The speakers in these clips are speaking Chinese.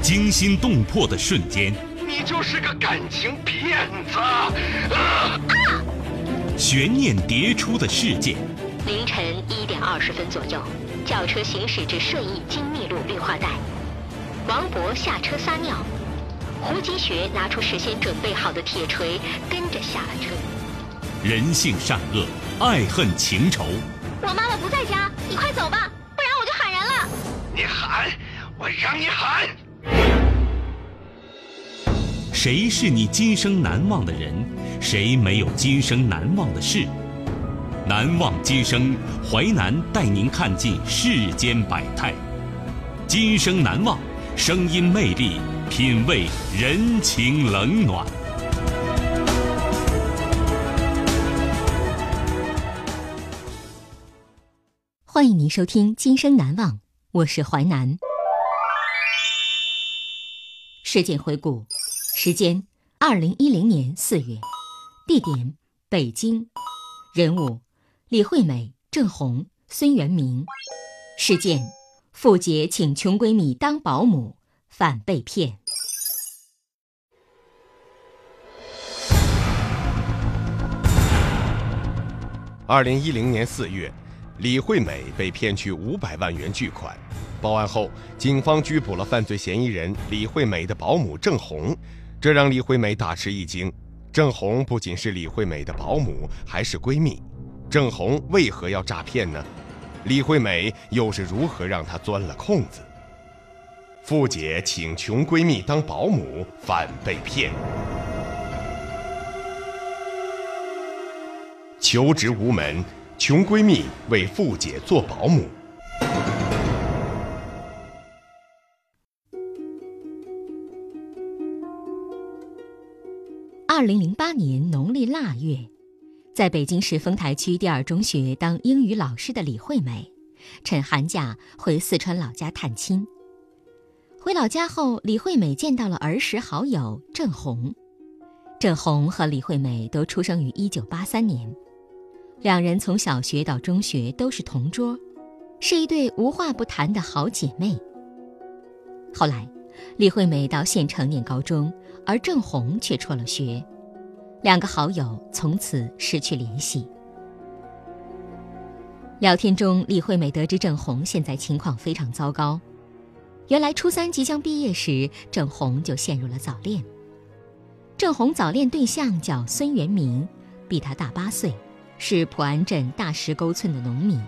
惊心动魄的瞬间， 你就是个感情骗子！ 悬念迭出的事件。 凌晨1点20分左右，轿车行驶至顺义金密路绿化带，王博下车撒尿，胡金学拿出事先准备好的铁锤，跟着下了车。 人性善恶，爱恨情仇。 我妈妈不在家，你快走吧，不然我就喊人了。 你喊，我让你喊。 谁是你今生难忘的人？谁没有今生难忘的事？难忘今生，淮南带您看尽世间百态。今生难忘，声音魅力，品味人情冷暖。 欢迎您收听《今生难忘》，我是淮南。事件回顾，时间2010年4月，地点北京，人物李惠美、郑红、孙元明。事件：傅姐请穷闺蜜当保姆，反被骗。 2010年4月，李惠美被骗去500万元巨款。报案后，警方拘捕了犯罪嫌疑人李惠美的保姆郑红，这让李惠美大吃一惊。郑红不仅是李惠美的保姆，还是闺蜜。郑红为何要诈骗呢？李惠美又是如何让她钻了空子？傅姐请穷闺蜜当保姆，反被骗。求职无门，穷闺蜜为傅姐做保姆。 2008年农历腊月，在北京市丰台区第2中学当英语老师的李惠美，趁寒假回四川老家探亲。回老家后，李惠美见到了儿时好友郑红。郑红和李惠美都出生于1983年，两人从小学到中学都是同桌，是一对无话不谈的好姐妹。后来，李惠美到县城念高中，而郑红却辍了学，两个好友从此失去联系。聊天中，李惠美得知郑红现在情况非常糟糕。原来初3即将毕业时，郑红就陷入了早恋。郑红早恋对象叫孙元明，比她大8岁，是普安镇大石沟村的农民。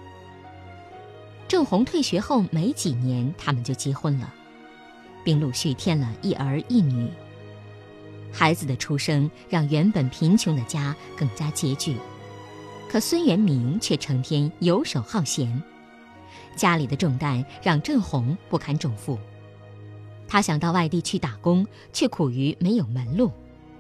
郑红退学后没几年，他们就结婚了，并陆续添了1儿1女。孩子的出生让原本贫穷的家更加拮据，可孙元明却成天游手好闲，家里的重担让郑红不堪重负。他想到外地去打工，却苦于没有门路。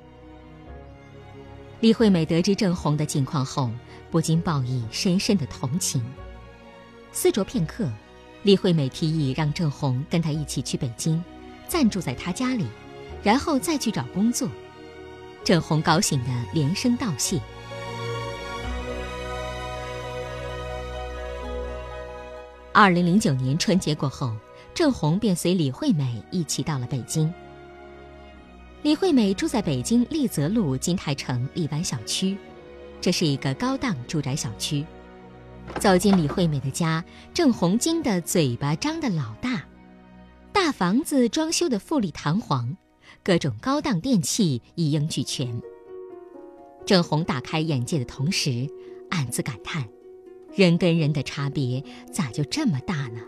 李惠美得知郑红的境况后，不禁报以深深的同情。思酌片刻，李惠美提议让郑红跟她一起去北京，暂住在她家里，然后再去找工作。郑红高兴地连声道谢。2009年春节过后，郑红便随李惠美一起到了北京。李惠美住在北京丽泽路金泰城荔湾小区，这是一个高档住宅小区。走进李惠美的家，郑红惊得嘴巴张得老大。大房子装修得富丽堂皇，各种高档电器一应俱全。郑红大开眼界的同时，暗自感叹，人跟人的差别咋就这么大呢？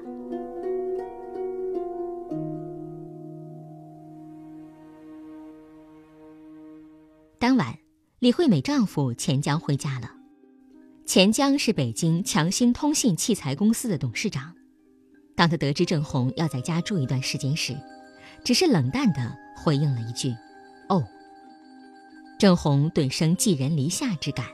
当晚，李惠美丈夫钱江回家了。钱江是北京强兴通信器材公司的董事长。当他得知郑红要在家住一段时间时，只是冷淡地回应了一句“哦”。郑红顿生寄人篱下之感。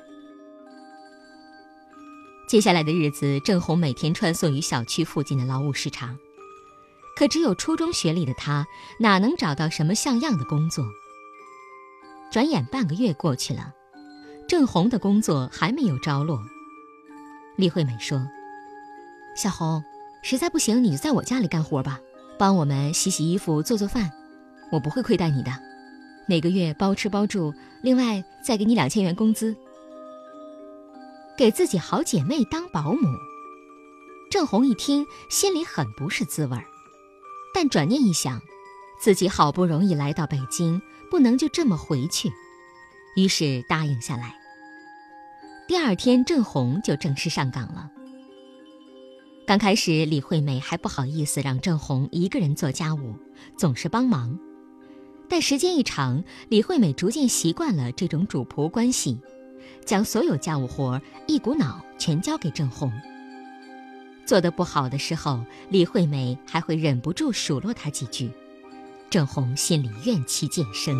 接下来的日子，郑红每天穿梭于小区附近的劳务市场。可只有初中学历的她，哪能找到什么像样的工作？转眼半个月过去了，郑红的工作还没有着落。李惠美说：“小红，实在不行你就在我家里干活吧， 帮我们洗洗衣服做做饭，我不会亏待你的，每个月包吃包住，另外再给你2000元工资。给自己好姐妹当保姆，郑红一听心里很不是滋味，但转念一想，自己好不容易来到北京，不能就这么回去，于是答应下来。第2天郑红就正式上岗了。刚开始李惠美还不好意思让郑红一个人做家务，总是帮忙，但时间一长，李惠美逐渐习惯了这种主仆关系，将所有家务活一股脑全交给郑红。做得不好的时候，李惠美还会忍不住数落她几句，郑红心里怨气渐深。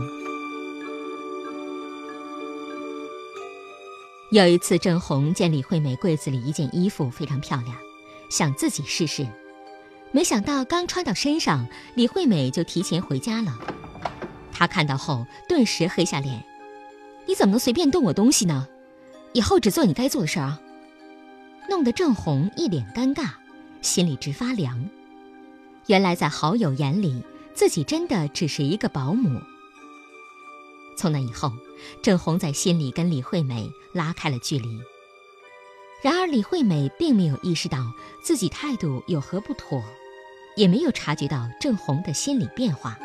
有一次，郑红见李惠美柜子里一件衣服非常漂亮，想自己试试，没想到刚穿到身上，李惠美就提前回家了。她看到后顿时黑下脸，你怎么能随便动我东西呢？以后只做你该做的事啊！弄得郑红一脸尴尬，心里直发凉。原来在好友眼里，自己真的只是一个保姆。从那以后，郑红在心里跟李惠美拉开了距离。然而李惠美并没有意识到自己态度有何不妥，也没有察觉到郑红的心理变化。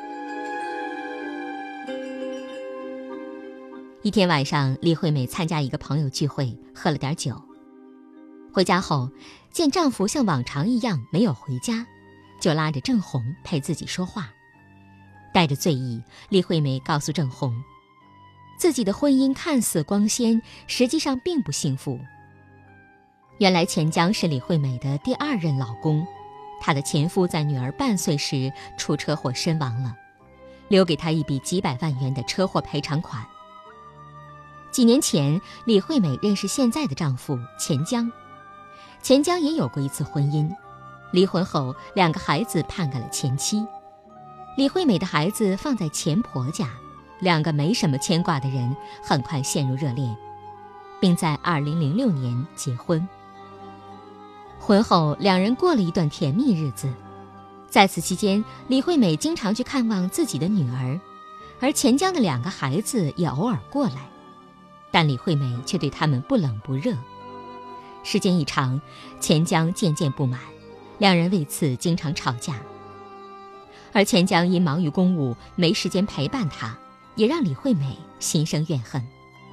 一天晚上，李惠美参加一个朋友聚会，喝了点酒。回家后，见丈夫像往常一样没有回家，就拉着郑红陪自己说话。带着醉意，李惠美告诉郑红，自己的婚姻看似光鲜，实际上并不幸福。原来钱江是李惠美的第2任老公，她的前夫在女儿半岁时出车祸身亡了，留给她一笔几百万元的车祸赔偿款。几年前，李惠美认识现在的丈夫钱江，钱江也有过一次婚姻，离婚后2个孩子判给了前妻。李惠美的孩子放在前婆家，2个没什么牵挂的人很快陷入热恋，并在2006年结婚。婚后2人过了一段甜蜜日子，在此期间，李惠美经常去看望自己的女儿，而钱江的2个孩子也偶尔过来，但李惠美却对他们不冷不热。时间一长，钱江渐渐不满，2人为此经常吵架。而钱江因忙于公务，没时间陪伴她，也让李惠美心生怨恨。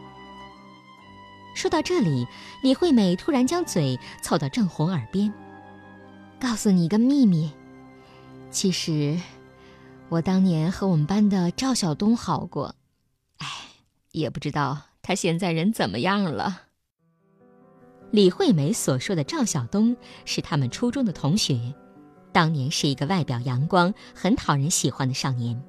说到这里，李惠美突然将嘴凑到郑红耳边，告诉你一个秘密，其实我当年和我们班的赵晓东好过，也不知道他现在人怎么样了。李惠美所说的赵晓东是他们初中的同学，当年是一个外表阳光、很讨人喜欢的少年。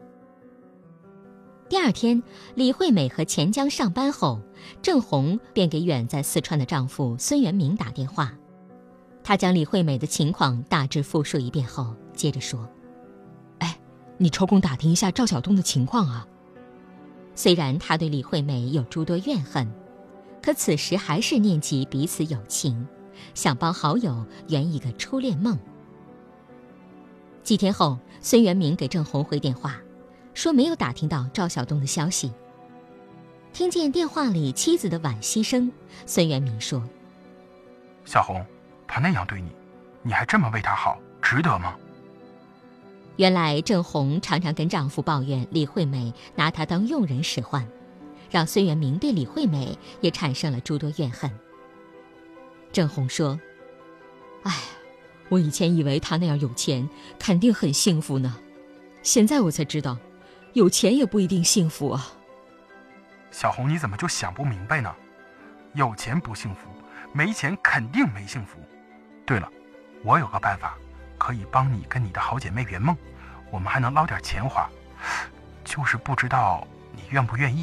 第2天，李惠美和钱江上班后，郑红便给远在四川的丈夫孙元明打电话。她将李惠美的情况大致复述一遍后，接着说：你抽空打听一下赵晓东的情况啊。虽然他对李惠美有诸多怨恨，可此时还是念及彼此友情，想帮好友圆一个初恋梦。几天后，孙元明给郑红回电话，说没有打听到赵晓东的消息。听见电话里妻子的惋惜声，孙元明说： 小红，他那样对你，你还这么为他好，值得吗？ 原来郑红常常跟丈夫抱怨李惠美拿她当佣人使唤，让孙元明对李惠美也产生了诸多怨恨。郑红说：我以前以为他那样有钱肯定很幸福呢，现在我才知道有钱也不一定幸福啊。 小红，你怎么就想不明白呢？有钱不幸福，没钱肯定没幸福。对了，我有个办法可以帮你跟你的好姐妹圆梦，我们还能捞点钱花，就是不知道你愿不愿意。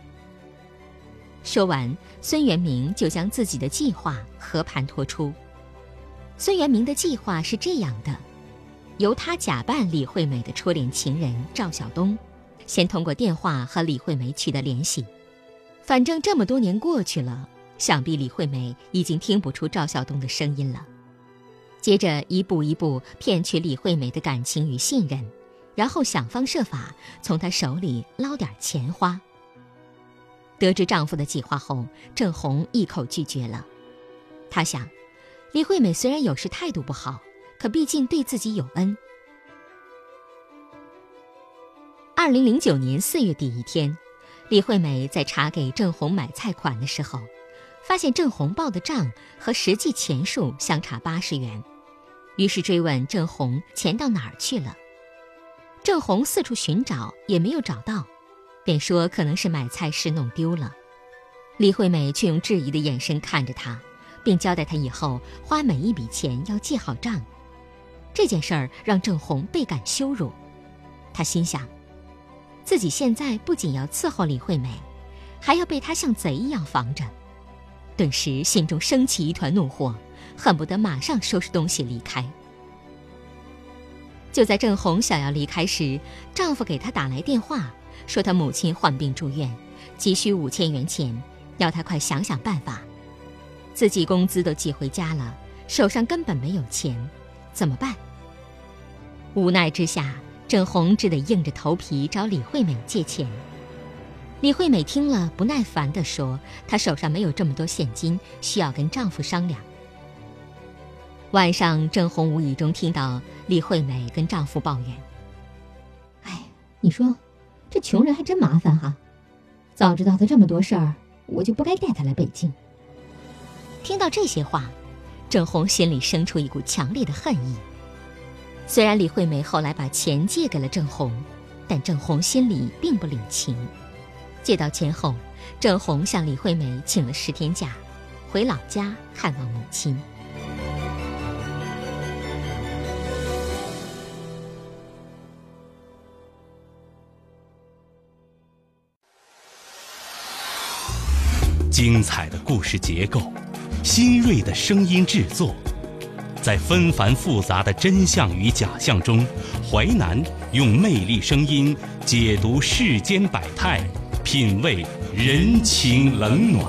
说完，孙元明就将自己的计划和盘托出。孙元明的计划是这样的，由他假扮李惠美的初恋情人赵晓东，先通过电话和李惠美取得联系。反正这么多年过去了，想必李惠美已经听不出赵晓东的声音了。 接着一步一步骗取李惠美的感情与信任，然后想方设法从她手里捞点钱花。得知丈夫的计划后，郑红一口拒绝了。她想，李惠美虽然有时态度不好，可毕竟对自己有恩。2009年4月底一天，李惠美在查给郑红买菜款的时候，发现郑红报的账和实际钱数相差80元，于是追问郑红钱到哪儿去了。郑红四处寻找也没有找到，便说可能是买菜时弄丢了。李惠美却用质疑的眼神看着他，并交代他以后花每一笔钱要记好账。这件事儿让郑红倍感羞辱，他心想，自己现在不仅要伺候李惠美，还要被她像贼一样防着，顿时心中升起一团怒火，恨不得马上收拾东西离开。就在郑红想要离开时，丈夫给她打来电话，说她母亲患病住院，急需5000元钱，要她快想想办法。自己工资都寄回家了，手上根本没有钱，怎么办？无奈之下，郑红只得硬着头皮找李惠美借钱。李惠美听了不耐烦地说，她手上没有这么多现金，需要跟丈夫商量。晚上，郑红无意中听到李惠美跟丈夫抱怨：哎，你说这穷人还真麻烦哈，早知道他这么多事儿，我就不该带他来北京。听到这些话，郑红心里生出一股强烈的恨意。虽然李惠美后来把钱借给了郑红，但郑红心里并不领情。借到钱后，郑红向李惠美请了10天假，回老家看望母亲。 精彩的故事结构，新锐的声音制作，在纷繁复杂的真相与假象中，淮南用魅力声音解读世间百态，品味人情冷暖。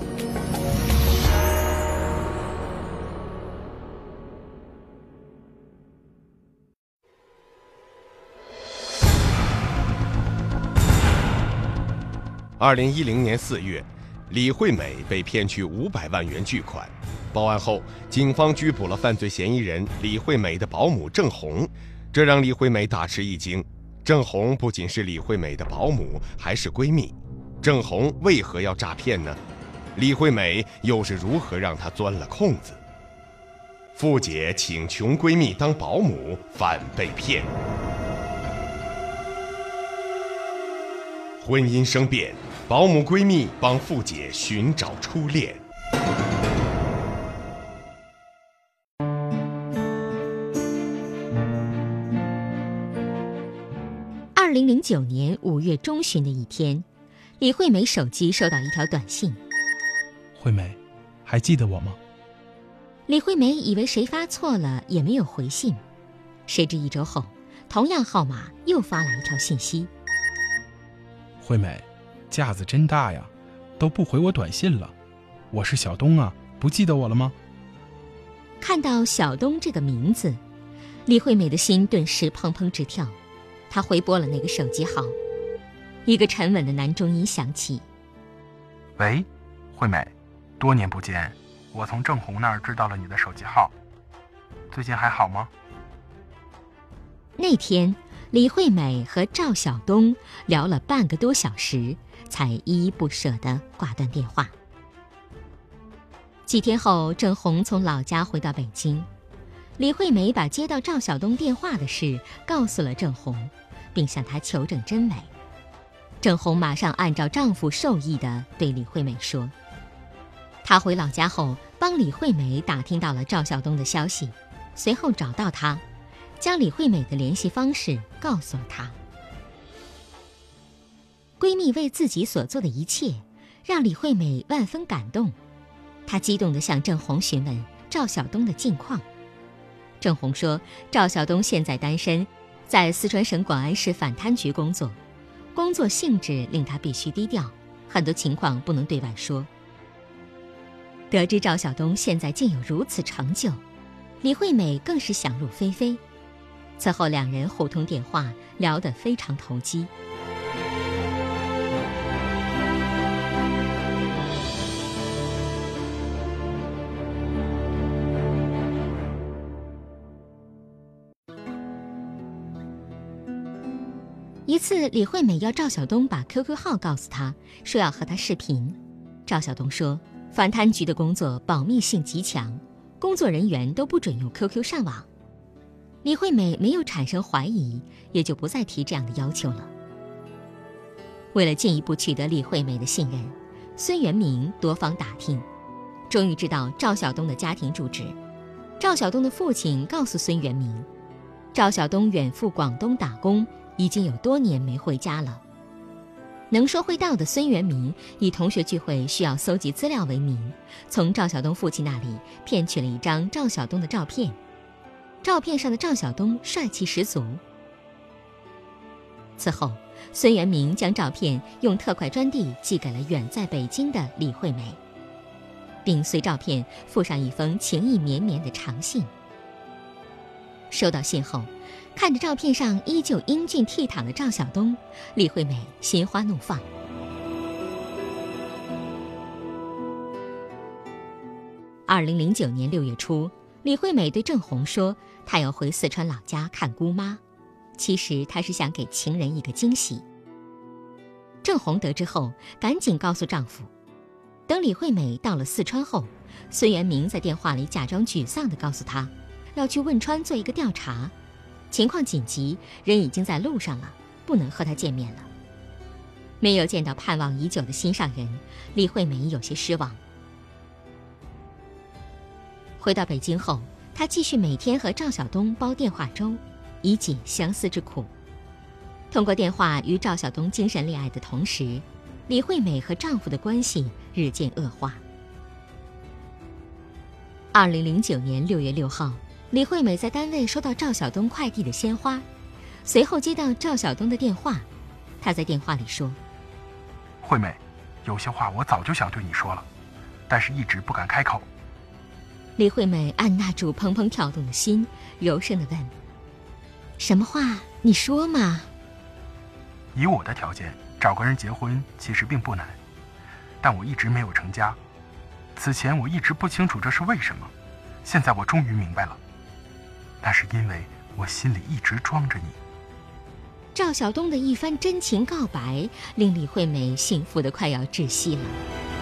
2010年4月，李惠美被骗去500万元巨款。报案后，警方拘捕了犯罪嫌疑人李惠美的保姆郑红，这让李惠美大吃一惊。郑红不仅是李惠美的保姆，还是闺蜜。郑红为何要诈骗呢？李惠美又是如何让她钻了空子？富姐请穷闺蜜当保姆，反被骗。婚姻生变，保姆闺蜜帮富姐寻找初恋。 2009年5月中旬的一天，李惠美手机收到一条短信： 惠美，还记得我吗？ 李惠美以为谁发错了，也没有回信。谁知1周后，同样号码又发来一条信息： 惠美，架子真大呀，都不回我短信了。我是小东啊，不记得我了吗？ 看到小东这个名字，李惠美的心顿时砰砰直跳。她回拨了那个手机号，一个沉稳的男中音响起： 喂，惠美，多年不见，我从郑红那儿知道了你的手机号，最近还好吗？ 那天，李惠美和赵晓东聊了半个多小时，才依依不舍地挂断电话。几天后，郑红从老家回到北京，李惠美把接到赵晓东电话的事告诉了郑红，并向他求证真伪。郑红马上按照丈夫授意地对李惠美说。她回老家后，帮李惠美打听到了赵晓东的消息，随后找到他，将李惠美的联系方式告诉了她。闺蜜为自己所做的一切，让李惠美万分感动。她激动地向郑红询问赵晓东的近况。郑红说，赵晓东现在单身，在四川省广安市反贪局工作，工作性质令他必须低调，很多情况不能对外说。得知赵晓东现在竟有如此成就， 李惠美更是想入非非。此后两人互通电话，聊得非常投机。一次，李惠美要赵晓东把 QQ 号告诉他，说要和他视频。赵晓东说，反贪局的工作保密性极强，工作人员都不准用 QQ 上网。李惠美没有产生怀疑，也就不再提这样的要求了。为了进一步取得李惠美的信任，孙元明多方打听，终于知道赵晓东的家庭住址。赵晓东的父亲告诉孙元明，赵晓东远赴广东打工，已经有多年没回家了。能说会道的孙元明以同学聚会需要搜集资料为名，从赵晓东父亲那里骗取了一张赵晓东的照片。照片上的赵晓东帅气十足。此后，孙元明将照片用特快专递寄给了远在北京的李惠美，并随照片附上一封情意绵绵的长信。收到信后，看着照片上依旧英俊倜傥的赵晓东，李惠美心花怒放。2009年6月初，李惠美对郑红说，她要回四川老家看姑妈，其实她是想给情人一个惊喜。郑红得知后，赶紧告诉丈夫。等李惠美到了四川后，孙元明在电话里假装沮丧地告诉她，要去汶川做一个调查，情况紧急，人已经在路上了，不能和他见面了。没有见到盼望已久的心上人，李惠美有些失望。回到北京后，她继续每天和赵晓东煲电话粥，以解相思之苦。通过电话与赵晓东精神恋爱的同时，李惠美和丈夫的关系日渐恶化。2009年6月6号，李惠美在单位收到赵晓东快递的鲜花，随后接到赵晓东的电话。她在电话里说， 惠美，有些话我早就想对你说了，但是一直不敢开口。 李惠美按捺住砰砰跳动的心，柔声地问，什么话？你说嘛。 以我的条件，找个人结婚其实并不难，但我一直没有成家。此前我一直不清楚这是为什么，现在我终于明白了，那是因为我心里一直装着你。 赵晓东的一番真情告白，令李惠美幸福得快要窒息了。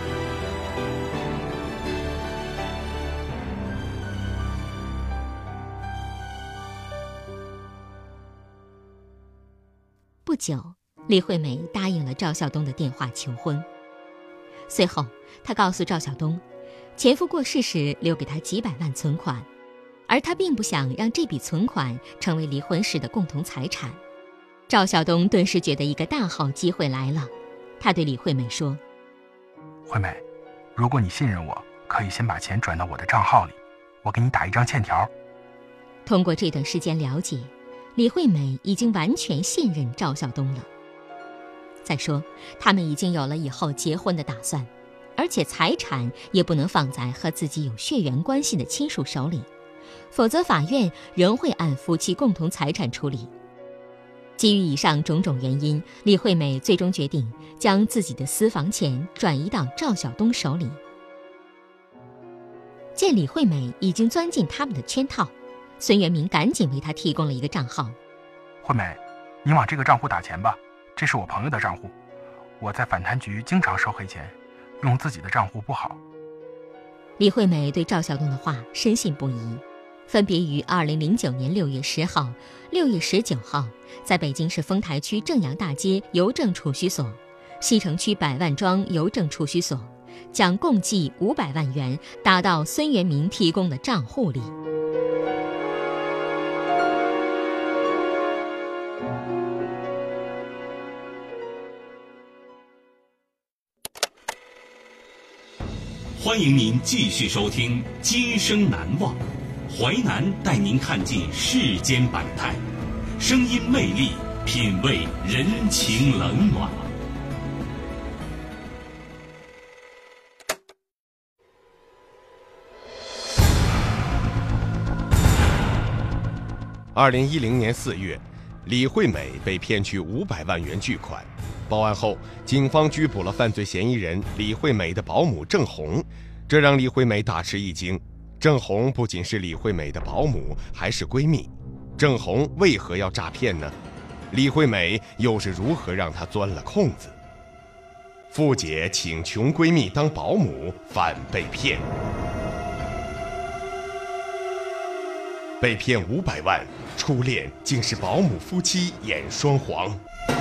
不久，李惠美答应了赵晓东的电话求婚。随后，她告诉赵晓东，前夫过世时留给他几百万存款，而她并不想让这笔存款成为离婚时的共同财产。赵晓东顿时觉得一个大好机会来了，他对李惠美说， 惠美，如果你信任我，可以先把钱转到我的账号里，我给你打一张欠条。 通过这段时间了解，李惠美已经完全信任赵晓东了。再说，他们已经有了以后结婚的打算，而且财产也不能放在和自己有血缘关系的亲属手里，否则法院仍会按夫妻共同财产处理。基于以上种种原因，李惠美最终决定将自己的私房钱转移到赵晓东手里。见李惠美已经钻进他们的圈套，孙元明赶紧为她提供了一个账号。 惠美，你往这个账户打钱吧，这是我朋友的账户，我在反贪局经常收黑钱，用自己的账户不好。 李惠美对赵晓东的话深信不疑，分别于2009年6月10号、6月19号，在北京市丰台区正阳大街邮政储蓄所、西城区百万庄邮政储蓄所，将共计500万元打到孙元明提供的账户里。 欢迎您继续收听《今生难忘》，淮南带您看尽世间百态，声音魅力，品味人情冷暖。 2010年4月，李惠美被骗取500万元巨款。报案后，警方拘捕了犯罪嫌疑人李惠美的保姆郑红，这让李惠美大吃一惊。郑红不仅是李惠美的保姆，还是闺蜜。郑红为何要诈骗呢？李惠美又是如何让她钻了空子？富姐请穷闺蜜当保姆，反被骗。被骗500万，初恋竟是保姆夫妻演双簧。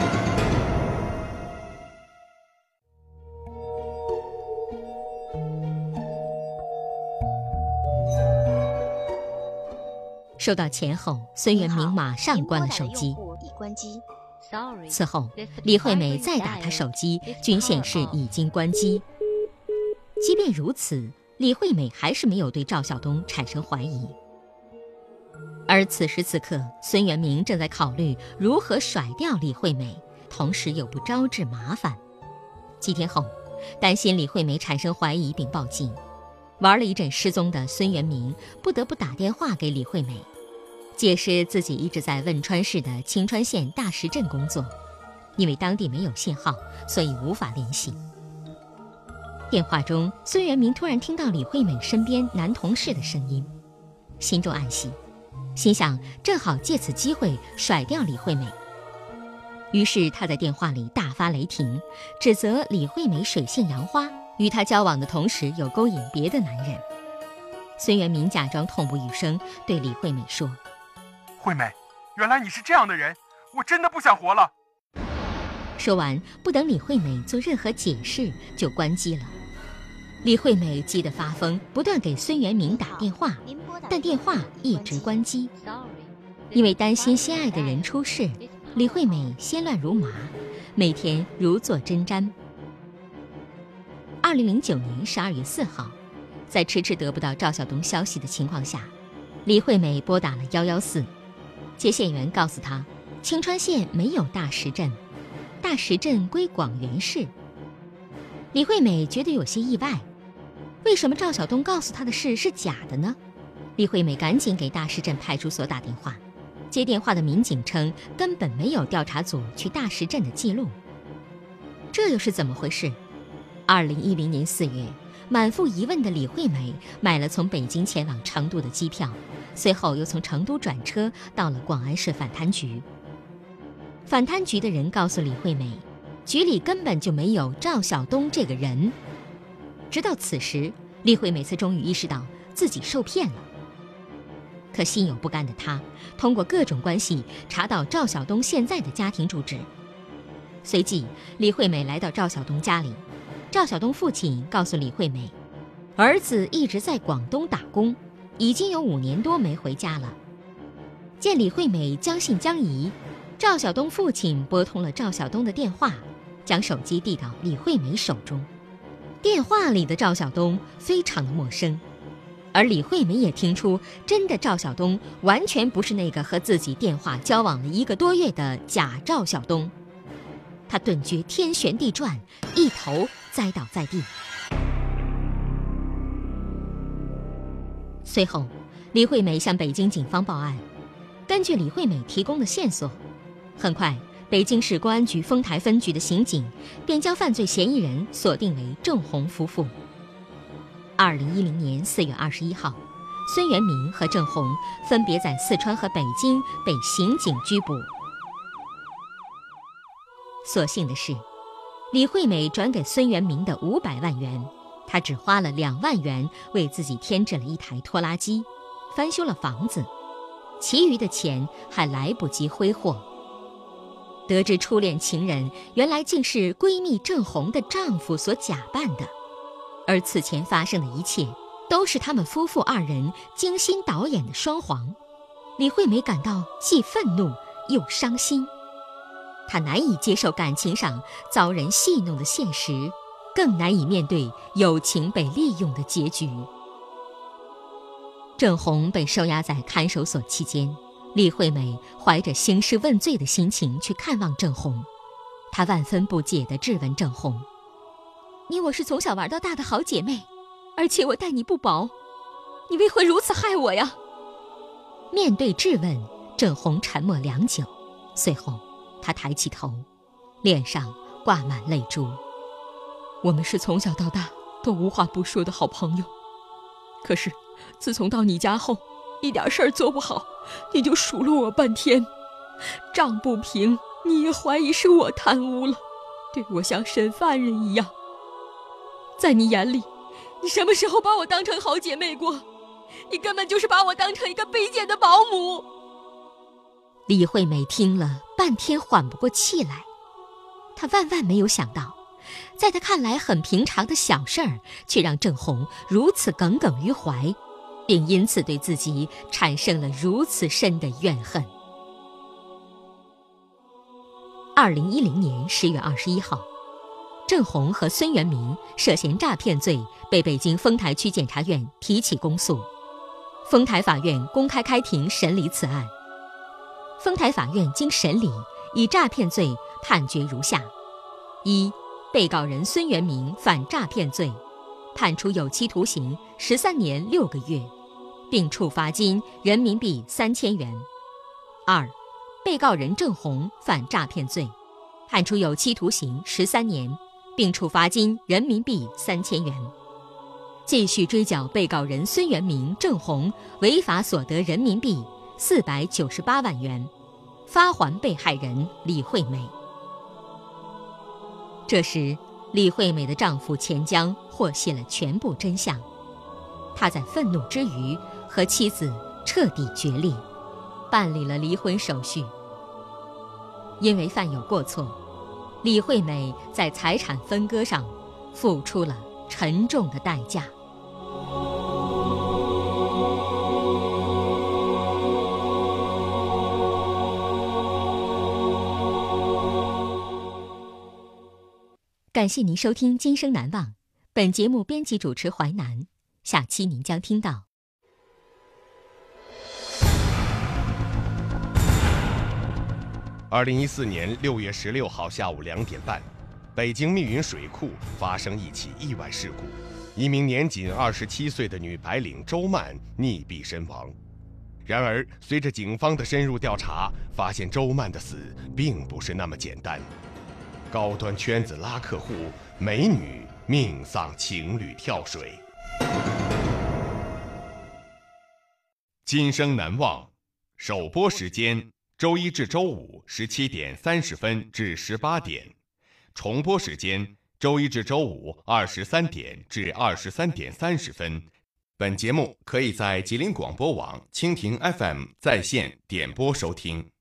收到钱后，孙元明马上关了手机。此后，李惠美再打他手机，均显示已经关机。即便如此，李惠美还是没有对赵晓东产生怀疑。而此时此刻，孙元明正在考虑如何甩掉李惠美，同时又不招致麻烦。几天后，担心李惠美产生怀疑并报警，玩了一阵失踪的孙元明不得不打电话给李惠美，解释自己一直在汶川市的青川县大石镇工作，因为当地没有信号，所以无法联系。电话中，孙元明突然听到李惠美身边男同事的声音，心中暗喜，心想正好借此机会甩掉李惠美。于是他在电话里大发雷霆，指责李惠美水性杨花，与他交往的同时又勾引别的男人。孙元明假装痛不欲生，对李惠美说： 惠美，原来你是这样的人，我真的不想活了。 说完，不等李惠美做任何解释，就关机了。李惠美急得发疯，不断给孙元明打电话，但电话一直关机。因为担心心爱的人出事，李惠美心乱如麻，每天如坐针毡。2009年12月4号，在迟迟得不到赵晓东消息的情况下，李惠美拨打了114。接线员告诉她，青川县没有大石镇，大石镇归广元市。李惠美觉得有些意外，为什么赵晓东告诉她的事是假的呢？李惠美赶紧给大石镇派出所打电话，接电话的民警称根本没有调查组去大石镇的记录。这又是怎么回事？2010年4月，满腹疑问的李惠美买了从北京前往成都的机票，随后又从成都转车到了广安市反贪局。反贪局的人告诉李惠美，局里根本就没有赵晓东这个人。直到此时，李惠美才终于意识到自己受骗了。可心有不甘的她，通过各种关系查到赵晓东现在的家庭住址。随即，李惠美来到赵晓东家里，赵晓东父亲告诉李惠美，儿子一直在广东打工，已经有5年多没回家了。见李惠美将信将疑，赵晓东父亲拨通了赵晓东的电话，将手机递到李惠美手中。电话里的赵晓东非常的陌生，而李惠美也听出真的赵晓东完全不是那个和自己电话交往了1个多月的假赵晓东。她顿觉天旋地转，一头栽倒在地。随后，李惠美向北京警方报案。根据李惠美提供的线索，很快北京市公安局丰台分局的刑警便将犯罪嫌疑人锁定为郑红夫妇。2010年4月21号，孙元明和郑红分别在四川和北京被刑警拘捕。所幸的是，李惠美转给孙元明的500万元，她只花了2万元为自己添置了一台拖拉机，翻修了房子，其余的钱还来不及挥霍。得知初恋情人原来竟是闺蜜郑红的丈夫所假扮的，而此前发生的一切都是他们夫妇2人精心导演的双簧，李惠美感到既愤怒又伤心。她难以接受感情上遭人戏弄的现实，更难以面对友情被利用的结局。郑红被收押在看守所期间，李惠美怀着兴师问罪的心情去看望郑红。她万分不解地质问郑红：你我是从小玩到大的好姐妹，而且我待你不薄，你为何如此害我呀？面对质问， 郑红沉默良久，随后他抬起头，脸上挂满泪珠。 我们是从小到大都无话不说的好朋友，可是自从到你家后，一点事儿做不好，你就数落我半天，账不平，你也怀疑是我贪污了，对我像审犯人一样。在你眼里，你什么时候把我当成好姐妹过？你根本就是把我当成一个卑贱的保姆。 李惠美听了半天缓不过气来，她万万没有想到，在她看来很平常的小事儿，却让郑红如此耿耿于怀，并因此对自己产生了如此深的怨恨。2010年10月21号，郑红和孙元明涉嫌诈骗罪被北京丰台区检察院提起公诉。丰台法院公开开庭审理此案。丰台法院经审理，以诈骗罪判决如下：一、被告人孙元明犯诈骗罪，判处有期徒刑13年6个月，并处罚金人民币3000元。二、被告人郑红犯诈骗罪，判处有期徒刑13年，并处罚金人民币3000元。继续追缴被告人孙元明、郑红违法所得人民币498万元，发还被害人李惠美。这时，李惠美的丈夫钱江获悉了全部真相，他在愤怒之余和妻子彻底决裂，办理了离婚手续。因为犯有过错，李惠美在财产分割上付出了沉重的代价。感谢您收听《今生难忘》，本节目编辑主持淮南，下期您将听到。 2014年6月16号下午2点半，北京密云水库发生一起意外事故，一名年仅27岁的女白领周曼溺毙身亡。然而，随着警方的深入调查，发现周曼的死并不是那么简单。高端圈子拉客户，美女命丧情侣跳水。今生难忘，首播时间周一至周五17点30分至18点，重播时间周一至周五23点至23点30分。本节目可以在吉林广播网、蜻蜓 FM 在线点播收听。